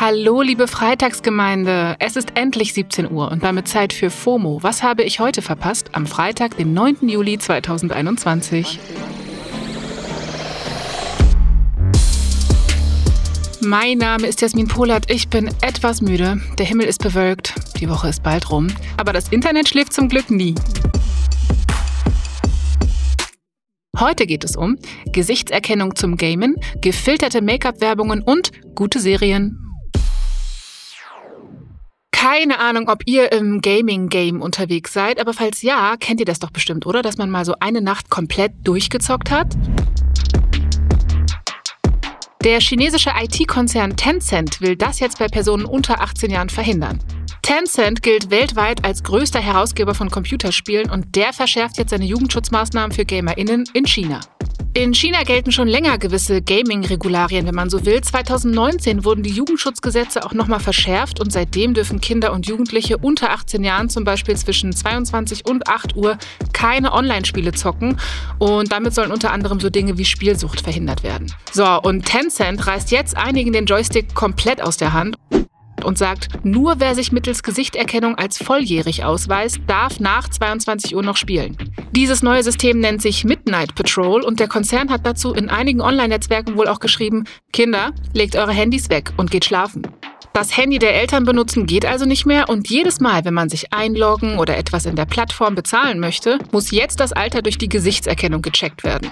Hallo, liebe Freitagsgemeinde. Es ist endlich 17 Uhr und damit Zeit für FOMO. Was habe ich heute verpasst? Am Freitag, dem 9. Juli 2021. Mein Name ist Jasmin Polat. Ich bin etwas müde. Der Himmel ist bewölkt. Die Woche ist bald rum. Aber das Internet schläft zum Glück nie. Heute geht es um Gesichtserkennung zum Gamen, gefilterte Make-up-Werbungen und gute Serien. Keine Ahnung, ob ihr im Gaming-Game unterwegs seid, aber falls ja, kennt ihr das doch bestimmt, oder? Dass man mal so eine Nacht komplett durchgezockt hat? Der chinesische IT-Konzern Tencent will das jetzt bei Personen unter 18 Jahren verhindern. Tencent gilt weltweit als größter Herausgeber von Computerspielen und der verschärft jetzt seine Jugendschutzmaßnahmen für GamerInnen in China. In China gelten schon länger gewisse Gaming-Regularien, wenn man so will. 2019 wurden die Jugendschutzgesetze auch nochmal verschärft und seitdem dürfen Kinder und Jugendliche unter 18 Jahren zum Beispiel zwischen 22 und 8 Uhr keine Online-Spiele zocken und damit sollen unter anderem so Dinge wie Spielsucht verhindert werden. So, und Tencent reißt jetzt einigen den Joystick komplett aus der Hand und sagt, nur wer sich mittels Gesichtserkennung als volljährig ausweist, darf nach 22 Uhr noch spielen. Dieses neue System nennt sich Midnight Patrol und der Konzern hat dazu in einigen Online-Netzwerken wohl auch geschrieben, Kinder, legt eure Handys weg und geht schlafen. Das Handy der Eltern benutzen geht also nicht mehr und jedes Mal, wenn man sich einloggen oder etwas in der Plattform bezahlen möchte, muss jetzt das Alter durch die Gesichtserkennung gecheckt werden.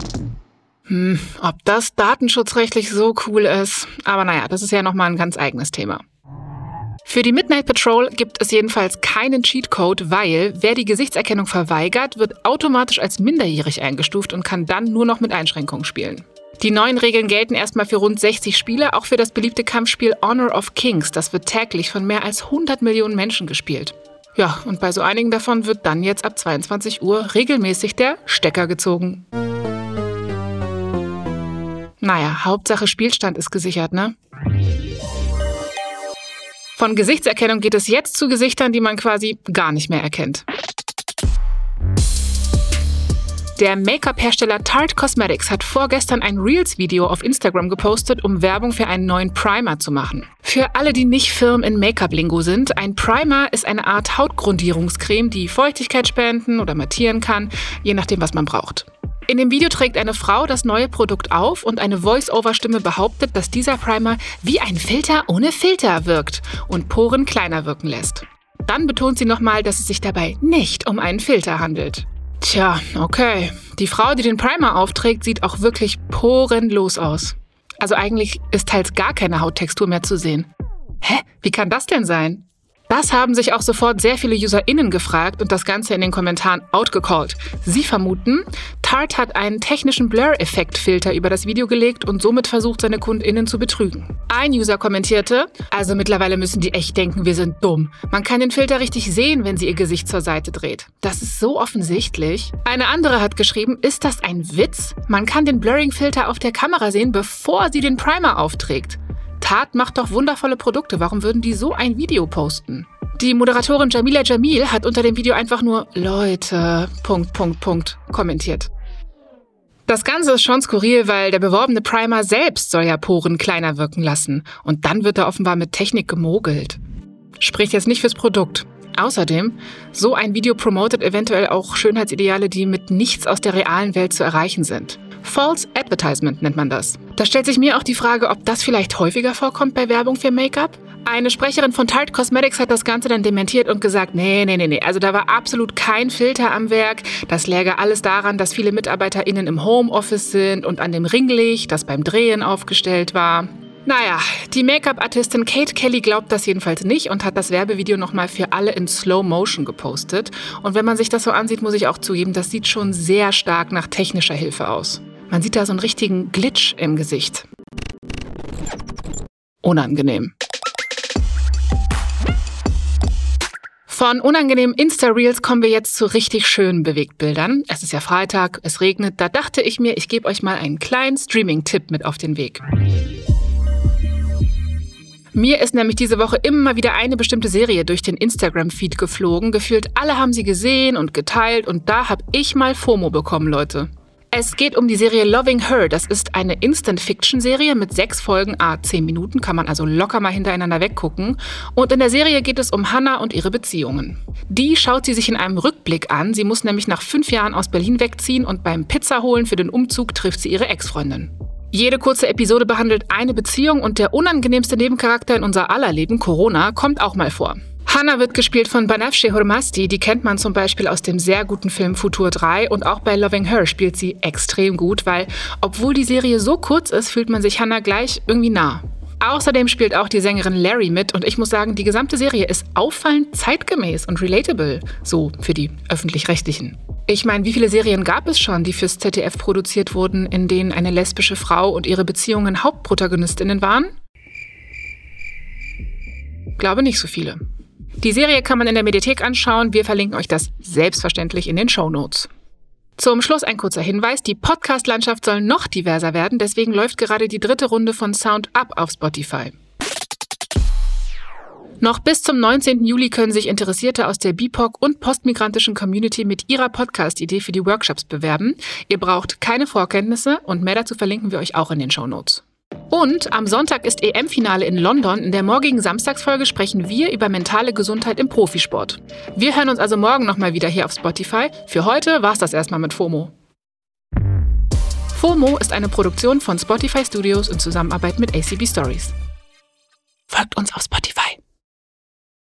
Ob das datenschutzrechtlich so cool ist, aber naja, das ist ja nochmal ein ganz eigenes Thema. Für die Midnight Patrol gibt es jedenfalls keinen Cheatcode, weil wer die Gesichtserkennung verweigert, wird automatisch als minderjährig eingestuft und kann dann nur noch mit Einschränkungen spielen. Die neuen Regeln gelten erstmal für rund 60 Spiele, auch für das beliebte Kampfspiel Honor of Kings. Das wird täglich von mehr als 100 Millionen Menschen gespielt. Ja, und bei so einigen davon wird dann jetzt ab 22 Uhr regelmäßig der Stecker gezogen. Naja, Hauptsache Spielstand ist gesichert, ne? Von Gesichtserkennung geht es jetzt zu Gesichtern, die man quasi gar nicht mehr erkennt. Der Make-up-Hersteller Tarte Cosmetics hat vorgestern ein Reels-Video auf Instagram gepostet, um Werbung für einen neuen Primer zu machen. Für alle, die nicht firm in Make-up-Lingo sind, ein Primer ist eine Art Hautgrundierungscreme, die Feuchtigkeit spenden oder mattieren kann, je nachdem, was man braucht. In dem Video trägt eine Frau das neue Produkt auf und eine Voice-Over-Stimme behauptet, dass dieser Primer wie ein Filter ohne Filter wirkt und Poren kleiner wirken lässt. Dann betont sie nochmal, dass es sich dabei nicht um einen Filter handelt. Tja, okay. Die Frau, die den Primer aufträgt, sieht auch wirklich porenlos aus. Also eigentlich ist teils gar keine Hauttextur mehr zu sehen. Hä? Wie kann das denn sein? Das haben sich auch sofort sehr viele UserInnen gefragt und das Ganze in den Kommentaren outgecallt. Sie vermuten, Tarte hat einen technischen Blur-Effekt-Filter über das Video gelegt und somit versucht, seine KundInnen zu betrügen. Ein User kommentierte, also mittlerweile müssen die echt denken, wir sind dumm. Man kann den Filter richtig sehen, wenn sie ihr Gesicht zur Seite dreht. Das ist so offensichtlich. Eine andere hat geschrieben, ist das ein Witz? Man kann den Blurring-Filter auf der Kamera sehen, bevor sie den Primer aufträgt. Tarte macht doch wundervolle Produkte, warum würden die so ein Video posten? Die Moderatorin Jamila Jamil hat unter dem Video einfach nur Leute, ... kommentiert. Das Ganze ist schon skurril, weil der beworbene Primer selbst soll ja Poren kleiner wirken lassen. Und dann wird da offenbar mit Technik gemogelt. Spricht jetzt nicht fürs Produkt. Außerdem, so ein Video promotet eventuell auch Schönheitsideale, die mit nichts aus der realen Welt zu erreichen sind. False Advertisement nennt man das. Da stellt sich mir auch die Frage, ob das vielleicht häufiger vorkommt bei Werbung für Make-up? Eine Sprecherin von Tarte Cosmetics hat das Ganze dann dementiert und gesagt, nee, also da war absolut kein Filter am Werk. Das läge alles daran, dass viele MitarbeiterInnen im Homeoffice sind und an dem Ringlicht, das beim Drehen aufgestellt war. Naja, die Make-up-Artistin Kate Kelly glaubt das jedenfalls nicht und hat das Werbevideo nochmal für alle in Slow Motion gepostet. Und wenn man sich das so ansieht, muss ich auch zugeben, das sieht schon sehr stark nach technischer Hilfe aus. Man sieht da so einen richtigen Glitch im Gesicht. Unangenehm. Von unangenehmen Insta-Reels kommen wir jetzt zu richtig schönen Bewegtbildern. Es ist ja Freitag, es regnet, da dachte ich mir, ich gebe euch mal einen kleinen Streaming-Tipp mit auf den Weg. Mir ist nämlich diese Woche immer wieder eine bestimmte Serie durch den Instagram-Feed geflogen. Gefühlt alle haben sie gesehen und geteilt und da habe ich mal FOMO bekommen, Leute. Es geht um die Serie Loving Her. Das ist eine Instant-Fiction-Serie mit 6 Folgen, 10 Minuten, kann man also locker mal hintereinander weggucken. Und in der Serie geht es um Hannah und ihre Beziehungen. Die schaut sie sich in einem Rückblick an. Sie muss nämlich nach 5 Jahren aus Berlin wegziehen und beim Pizzaholen für den Umzug trifft sie ihre Ex-Freundin. Jede kurze Episode behandelt eine Beziehung und der unangenehmste Nebencharakter in unser aller Leben, Corona, kommt auch mal vor. Hannah wird gespielt von Banafsheh Hurmazdi, die kennt man zum Beispiel aus dem sehr guten Film Futur 3 und auch bei Loving Her spielt sie extrem gut, weil obwohl die Serie so kurz ist, fühlt man sich Hannah gleich irgendwie nah. Außerdem spielt auch die Sängerin Larry mit und ich muss sagen, die gesamte Serie ist auffallend zeitgemäß und relatable, so für die Öffentlich-Rechtlichen. Ich meine, wie viele Serien gab es schon, die fürs ZDF produziert wurden, in denen eine lesbische Frau und ihre Beziehungen Hauptprotagonistinnen waren? Glaube nicht so viele. Die Serie kann man in der Mediathek anschauen. Wir verlinken euch das selbstverständlich in den Shownotes. Zum Schluss ein kurzer Hinweis. Die Podcast-Landschaft soll noch diverser werden. Deswegen läuft gerade die 3. Runde von Sound Up auf Spotify. Noch bis zum 19. Juli können sich Interessierte aus der BIPOC- und postmigrantischen Community mit ihrer Podcast-Idee für die Workshops bewerben. Ihr braucht keine Vorkenntnisse und mehr dazu verlinken wir euch auch in den Shownotes. Und am Sonntag ist EM-Finale in London. In der morgigen Samstagsfolge sprechen wir über mentale Gesundheit im Profisport. Wir hören uns also morgen nochmal wieder hier auf Spotify. Für heute war's das erstmal mit FOMO. FOMO ist eine Produktion von Spotify Studios in Zusammenarbeit mit ACB Stories. Folgt uns auf Spotify.